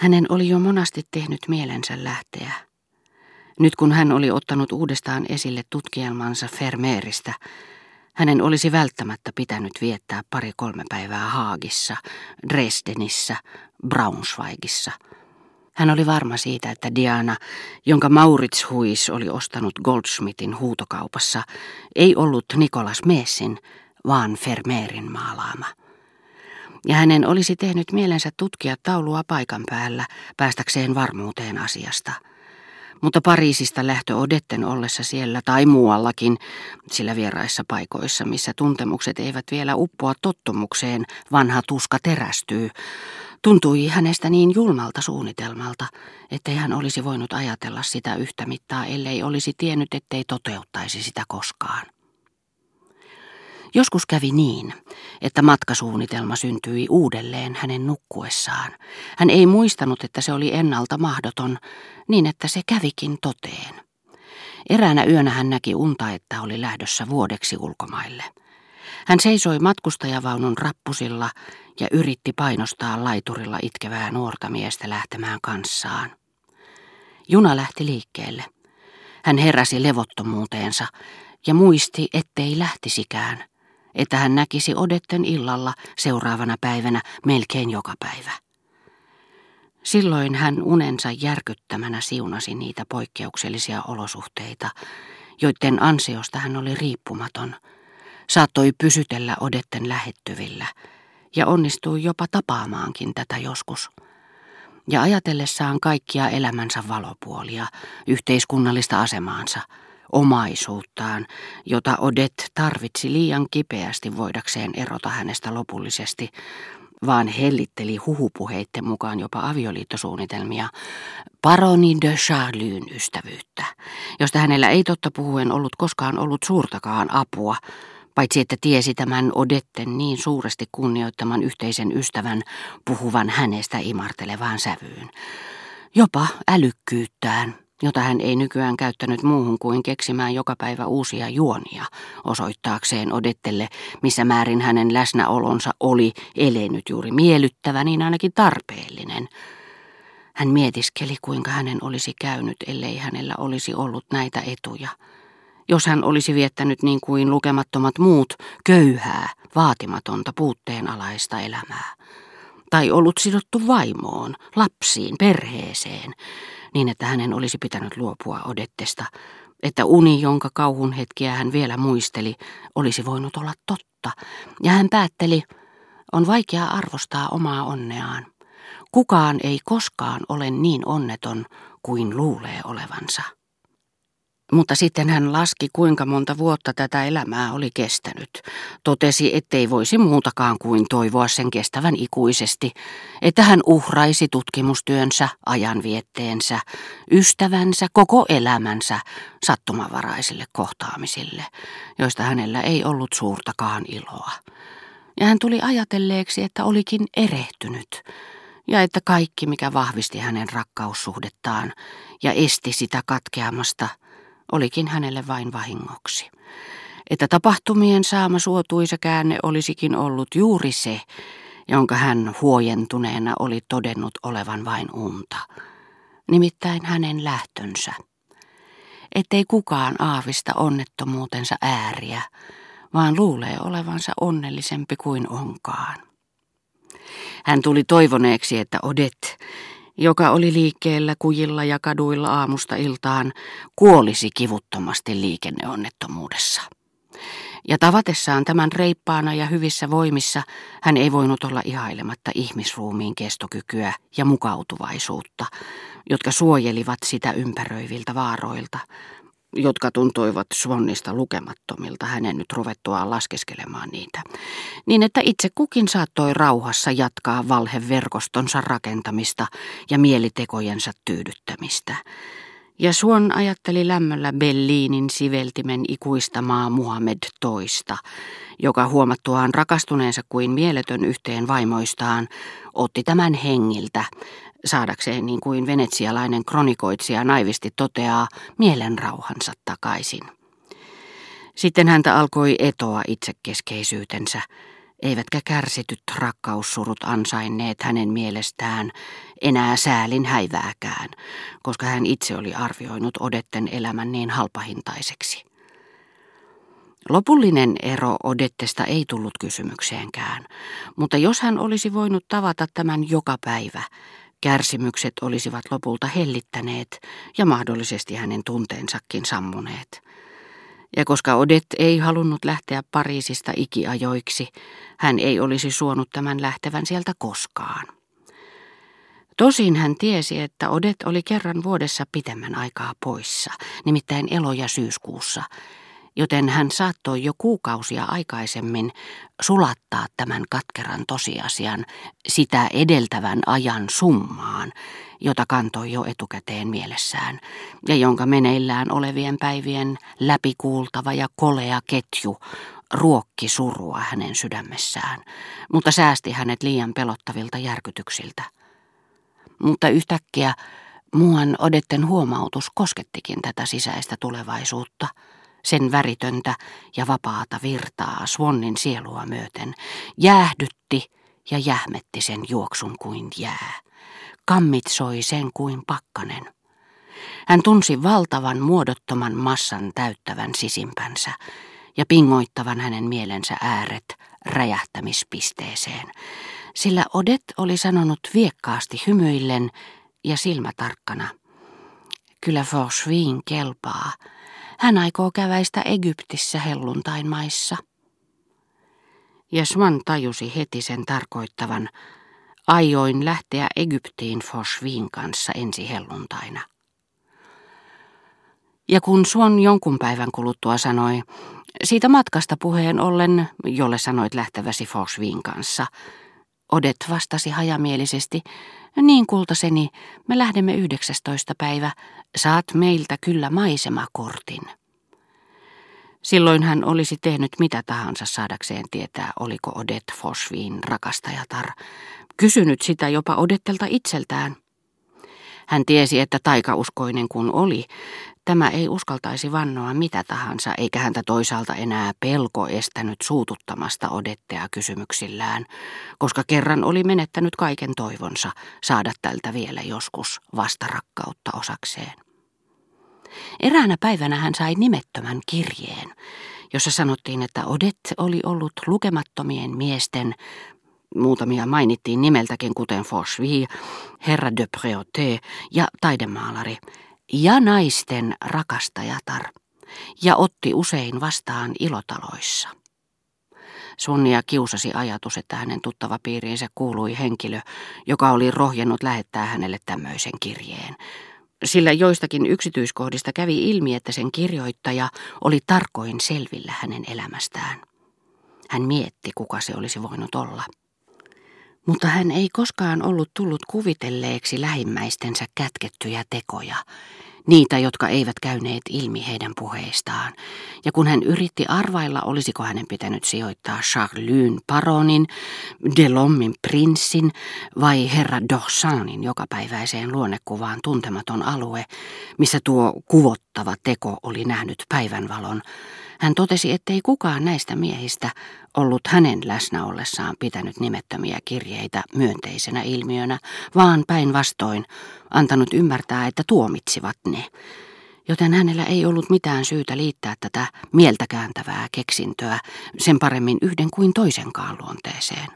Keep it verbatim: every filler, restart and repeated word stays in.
Hänen oli jo monasti tehnyt mielensä lähteä. Nyt kun hän oli ottanut uudestaan esille tutkielmansa Vermeeristä, hänen olisi välttämättä pitänyt viettää pari-kolme päivää Haagissa, Dresdenissä, Braunschweigissa. Hän oli varma siitä, että Diana, jonka Maurits Huis oli ostanut Goldschmidtin huutokaupassa, ei ollut Nicolas Meessin, vaan Vermeerin maalaama. Ja hänen olisi tehnyt mielensä tutkia taulua paikan päällä päästäkseen varmuuteen asiasta. Mutta Pariisista lähtö Odetten ollessa siellä tai muuallakin, sillä vieraissa paikoissa, missä tuntemukset eivät vielä uppoa tottumukseen, vanha tuska terästyy, tuntui hänestä niin julmalta suunnitelmalta, ettei hän olisi voinut ajatella sitä yhtä mittaa, ellei olisi tiennyt, ettei toteuttaisi sitä koskaan. Joskus kävi niin, että matkasuunnitelma syntyi uudelleen hänen nukkuessaan. Hän ei muistanut, että se oli ennalta mahdoton, niin että se kävikin toteen. Eräänä yönä hän näki unta, että oli lähdössä vuodeksi ulkomaille. Hän seisoi matkustajavaunun rappusilla ja yritti painostaa laiturilla itkevää nuorta miestä lähtemään kanssaan. Juna lähti liikkeelle. Hän heräsi levottomuuteensa ja muisti, ettei lähtisikään, että hän näkisi Odetten illalla seuraavana päivänä melkein joka päivä. Silloin hän unensa järkyttämänä siunasi niitä poikkeuksellisia olosuhteita, joiden ansiosta hän oli riippumaton, saattoi pysytellä Odetten lähettyvillä ja onnistui jopa tapaamaankin tätä joskus. Ja ajatellessaan kaikkia elämänsä valopuolia, yhteiskunnallista asemaansa, omaisuuttaan, jota Odette tarvitsi liian kipeästi voidakseen erota hänestä lopullisesti, vaan hellitteli huhupuheitten mukaan jopa avioliittosuunnitelmia, paroni de Charlyn ystävyyttä, josta hänellä ei totta puhuen ollut koskaan ollut suurtakaan apua, paitsi että tiesi tämän Odetten niin suuresti kunnioittaman yhteisen ystävän puhuvan hänestä imartelevaan sävyyn. Jopa älykkyyttään, jota hän ei nykyään käyttänyt muuhun kuin keksimään joka päivä uusia juonia, osoittaakseen Odettelle, missä määrin hänen läsnäolonsa oli elenyt juuri miellyttävä, niin ainakin tarpeellinen. Hän mietiskeli, kuinka hänen olisi käynyt, ellei hänellä olisi ollut näitä etuja. Jos hän olisi viettänyt niin kuin lukemattomat muut köyhää, vaatimatonta, puutteenalaista elämää. Tai ollut sidottu vaimoon, lapsiin, perheeseen, niin että hänen olisi pitänyt luopua Odettesta, että uni, jonka kauhun hetkiä hän vielä muisteli, olisi voinut olla totta. Ja hän päätteli, on vaikea arvostaa omaa onneaan. Kukaan ei koskaan ole niin onneton kuin luulee olevansa. Mutta sitten hän laski, kuinka monta vuotta tätä elämää oli kestänyt. Totesi, ettei voisi muutakaan kuin toivoa sen kestävän ikuisesti, että hän uhraisi tutkimustyönsä, ajanvietteensä, ystävänsä, koko elämänsä sattumanvaraisille kohtaamisille, joista hänellä ei ollut suurtakaan iloa. Ja hän tuli ajatelleeksi, että olikin erehtynyt, ja että kaikki, mikä vahvisti hänen rakkaussuhdettaan ja esti sitä katkeamasta, olikin hänelle vain vahingoksi. Että tapahtumien saama suotuisa käänne olisikin ollut juuri se, jonka hän huojentuneena oli todennut olevan vain unta. Nimittäin hänen lähtönsä. Ettei kukaan aavista onnettomuutensa ääriä, vaan luulee olevansa onnellisempi kuin onkaan. Hän tuli toivoneeksi, että Odette, joka oli liikkeellä kujilla ja kaduilla aamusta iltaan, kuolisi kivuttomasti liikenneonnettomuudessa. Ja tavatessaan tämän reippaana ja hyvissä voimissa hän ei voinut olla ihailematta ihmisruumiin kestokykyä ja mukautuvaisuutta, jotka suojelivat sitä ympäröiviltä vaaroilta, jotka tuntuivat Svonnista lukemattomilta hänen nyt ruvettuaan laskeskelemaan niitä, niin että itse kukin saattoi rauhassa jatkaa valheverkostonsa rakentamista ja mielitekojensa tyydyttämistä. Ja Swann ajatteli lämmöllä Bellinin siveltimen ikuistamaa Muhammed toista, joka huomattuaan rakastuneensa kuin mieletön yhteen vaimoistaan, otti tämän hengiltä, saadakseen niin kuin venetsialainen kronikoitsija naivisti toteaa, mielenrauhansa takaisin. Sitten häntä alkoi etoa itsekeskeisyytensä, eivätkä kärsityt rakkaussurut ansainneet hänen mielestään enää säälin häivääkään, koska hän itse oli arvioinut Odetten elämän niin halpahintaiseksi. Lopullinen ero Odettesta ei tullut kysymykseenkään, mutta jos hän olisi voinut tavata tämän joka päivä, kärsimykset olisivat lopulta hellittäneet ja mahdollisesti hänen tunteensakin sammuneet. Ja koska Odette ei halunnut lähteä Pariisista ikiajoiksi, hän ei olisi suonut tämän lähtevän sieltä koskaan. Tosin hän tiesi, että Odette oli kerran vuodessa pitemmän aikaa poissa, nimittäin elo- ja syyskuussa, joten hän saattoi jo kuukausia aikaisemmin sulattaa tämän katkeran tosiasian sitä edeltävän ajan summaan, jota kantoi jo etukäteen mielessään, ja jonka meneillään olevien päivien läpikuultava ja kolea ketju ruokki surua hänen sydämessään, mutta säästi hänet liian pelottavilta järkytyksiltä. Mutta yhtäkkiä muuan Odetten huomautus koskettikin tätä sisäistä tulevaisuutta, sen väritöntä ja vapaata virtaa Swannin sielua myöten, jäähdytti ja jähmetti sen juoksun kuin jää, kammitsoi sen kuin pakkanen. Hän tunsi valtavan muodottoman massan täyttävän sisimpänsä ja pingoittavan hänen mielensä ääret räjähtämispisteeseen, sillä Odette oli sanonut viekkaasti hymyillen ja silmätarkkana: "Kyllä Forcheville kelpaa. Hän aikoo käväistä Egyptissä helluntain maissa." Ja Swann tajusi heti sen tarkoittavan: aioin lähteä Egyptiin Forcheville kanssa ensi helluntaina. Ja kun Swann jonkun päivän kuluttua sanoi: "Siitä matkasta puheen ollen, jolle sanoit lähteväsi Forcheville kanssa", Odette vastasi hajamielisesti: "Niin, kultaseni, me lähdemme yhdeksästoista päivä. Saat meiltä kyllä maisemakortin." Silloin hän olisi tehnyt mitä tahansa saadakseen tietää, oliko Odette Forchevillin rakastajatar, kysynyt sitä jopa Odettelta itseltään. Hän tiesi, että taikauskoinen kun oli, tämä ei uskaltaisi vannoa mitä tahansa, eikä häntä toisaalta enää pelko estänyt suututtamasta Odettea kysymyksillään, koska kerran oli menettänyt kaiken toivonsa saada tältä vielä joskus vastarakkautta osakseen. Eräänä päivänä hän sai nimettömän kirjeen, jossa sanottiin, että Odette oli ollut lukemattomien miesten, muutamia mainittiin nimeltäkin kuten Forcheville, herra de Préauté ja taidemaalari, ja naisten rakastajatar, ja otti usein vastaan ilotaloissa. Swannia kiusasi ajatus, että hänen tuttava piiriinsä kuului henkilö, joka oli rohjennut lähettää hänelle tämmöisen kirjeen, sillä joistakin yksityiskohdista kävi ilmi, että sen kirjoittaja oli tarkoin selvillä hänen elämästään. Hän mietti, kuka se olisi voinut olla. Mutta hän ei koskaan ollut tullut kuvitelleeksi lähimmäistensä kätkettyjä tekoja, niitä, jotka eivät käyneet ilmi heidän puheistaan. Ja kun hän yritti arvailla, olisiko hänen pitänyt sijoittaa Charlyn paronin, Delommin prinssin vai herra d'Orsanin jokapäiväiseen luonnekuvaan tuntematon alue, missä tuo kuvottava teko oli nähnyt päivänvalon, hän totesi, ettei kukaan näistä miehistä ollut hänen läsnä ollessaan pitänyt nimettömiä kirjeitä myönteisenä ilmiönä, vaan päinvastoin antanut ymmärtää, että tuomitsivat ne, joten hänellä ei ollut mitään syytä liittää tätä mieltä kääntävää keksintöä sen paremmin yhden kuin toisenkaan luonteeseen.